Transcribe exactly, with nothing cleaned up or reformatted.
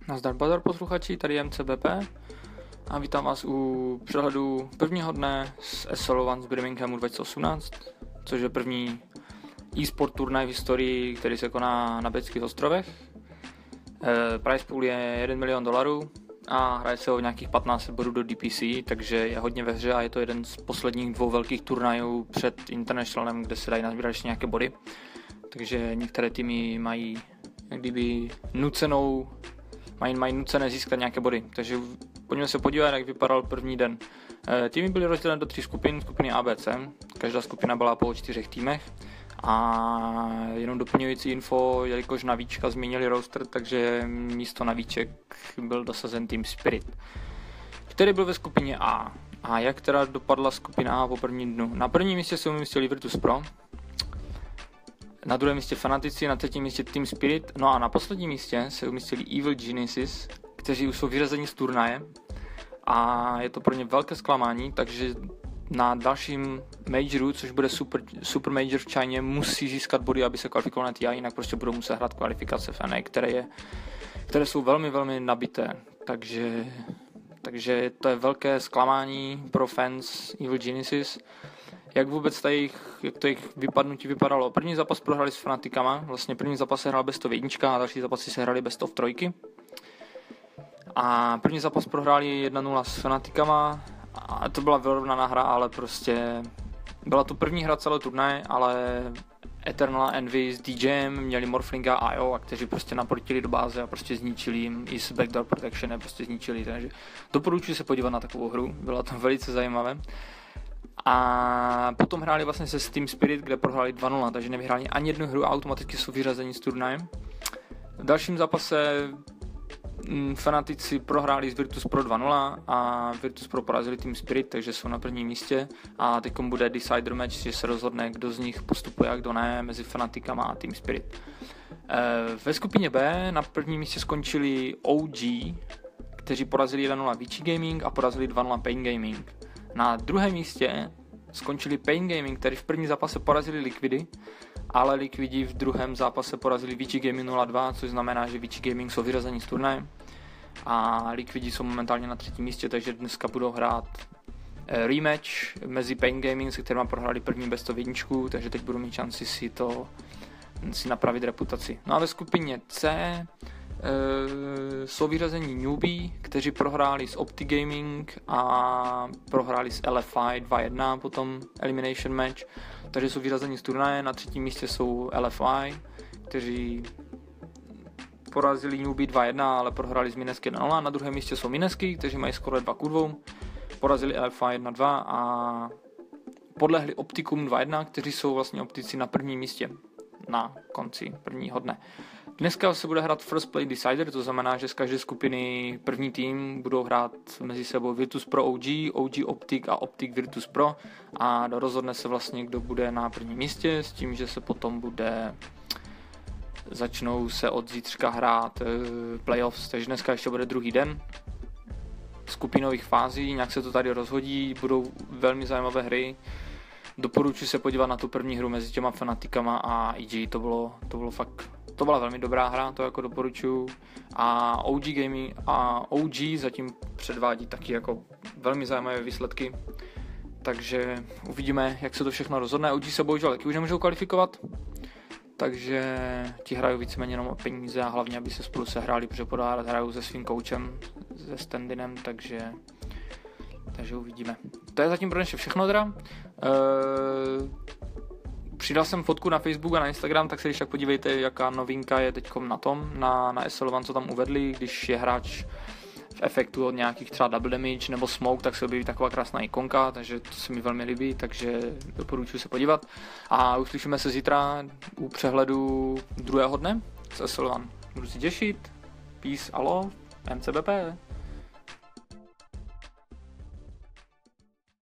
Nazdar bazar posluchači, tady je M C B P a vítám vás u přehledu prvního dne z S L One z Birminghamu dva tisíce osmnáct, což je první e-sport turnaj v historii, který se koná na Britských ostrovech. E, prize pool je jeden milion dolarů a hraje se o nějakých patnáct set bodů do D P C, takže je hodně ve hře a je to jeden z posledních dvou velkých turnajů před Internationalem, kde se dají nazbírat ještě nějaké body. Takže některé týmy mají jak kdyby nucenou Mají, mají nucené získat nějaké body, takže pojďme se podívat, jak vypadal první den. E, týmy byly rozděleny do tří skupin, skupiny A, B, C, každá skupina byla po čtyřech týmech a jenom doplňující info, jelikož na víčka změnili roster, takže místo na víček byl dosazen tým Spirit, který byl ve skupině A. A jak teda dopadla skupina A po prvním dnu? Na prvním místě se umístili Virtus Pro, na druhém místě Fanatici, na třetím místě Team Spirit, no a na posledním místě se umístili Evil Geniuses, kteří už jsou vyřazeni z turnaje a je to pro ně velké zklamání, takže na dalším majoru, což bude super, super major v Číně, musí získat body, aby se kvalifikoval na T I, jinak prostě budou muset hrát kvalifikace v N A, které, je, které jsou velmi, velmi nabité, takže, takže to je velké zklamání pro fans Evil Geniuses. Jak vůbec ta jejich, jak to jejich vypadnutí vypadalo. První zápas prohráli s Fanatikama, vlastně první zápas se hrál best of jednička a další zápasy se hráli best of trojky. A první zápas prohráli jedna nula s Fanatikama a to byla vyrovnaná hra, ale prostě byla to první hra celé turnaje, ale Eternal Envy s DJem měli Morphlinga a I O, a kteří prostě naprotili do báze a prostě zničili jim i s backdoor protection, prostě zničili, takže doporučuji se podívat na takovou hru, bylo to velice zajímavé. A potom hráli vlastně se Team Spirit, kde prohráli dva nula, takže nevyhráli ani jednu hru a automaticky jsou vyřazeni z turnaje. V dalším zápase m, Fanatici prohráli s Virtus Pro dva nula a Virtus Pro porazili Team Spirit, takže jsou na prvním místě a teď bude decider match, že se rozhodne, kdo z nich postupuje a kdo ne mezi Fanatikama a Team Spirit. E, ve skupině B na prvním místě skončili O G, kteří porazili jedna nula Vici Gaming a porazili dva nula Pain Gaming. Na druhém místě skončili Pain Gaming, který v prvním zápase porazili Liquidy, ale Liquidi v druhém zápase porazili Vici Gaming nula dva, což znamená, že Vici Gaming jsou vyrazeni z turnaje a Liquidi jsou momentálně na třetím místě, takže dneska budou hrát rematch mezi Pain Gaming, se kterými prohráli první best of jedničku, takže teď budou mít šanci si to si napravit reputaci. No a ve skupině C Uh, jsou vyřazení newbie, kteří prohráli s Opti Gaming a prohráli s L F I dva jedna, potom elimination match, takže jsou vyřazení z turnaje. Na třetím místě jsou L F I, kteří porazili newbie dva jedna, ale prohráli s Minesky jedna nula. Na druhém místě jsou Minesky, kteří mají skoro dva ku dvěma, porazili L F I jedna dva a podlehli Optikum dva jedna, kteří jsou vlastně optici na prvním místě na konci prvního dne. Dneska se bude hrát First Play Decider, to znamená, že z každé skupiny první tým budou hrát mezi sebou Virtus Pro O G, O G Optic a Optic Virtus Pro a rozhodne se vlastně, kdo bude na prvním místě, s tím, že se potom bude začnou se od zítřka hrát e, playoffs, takže dneska ještě bude druhý den skupinových fází, nějak se to tady rozhodí, budou velmi zajímavé hry. Doporučuji se podívat na tu první hru mezi těma Fanatikama a E G, to bylo, to bylo fakt, to byla velmi dobrá hra, to jako doporučuji. A O G Gaming a O G zatím předvádí taky jako velmi zajímavé výsledky, takže uvidíme, jak se to všechno rozhodne. O G se bohužel taky už nemůžou kvalifikovat, takže ti hrají víceméně jenom o peníze a hlavně, aby se spolu sehráli, protože podávat hrajou se svým koučem, se Standinem, takže takže uvidíme. To je zatím pro dnešek všechno teda. Eee, přidal jsem fotku na Facebook a na Instagram, tak se když tak podívejte, jaká novinka je teďkom na tom, na, na S L One, co tam uvedli, když je hráč v efektu od nějakých třeba double damage nebo smoke, tak se objeví taková krásná ikonka, takže to se mi velmi líbí, takže doporučuji se podívat. A uslyšíme se zítra u přehledu druhého dne z S L One. Budu si těšit. Peace, alo, M C B P.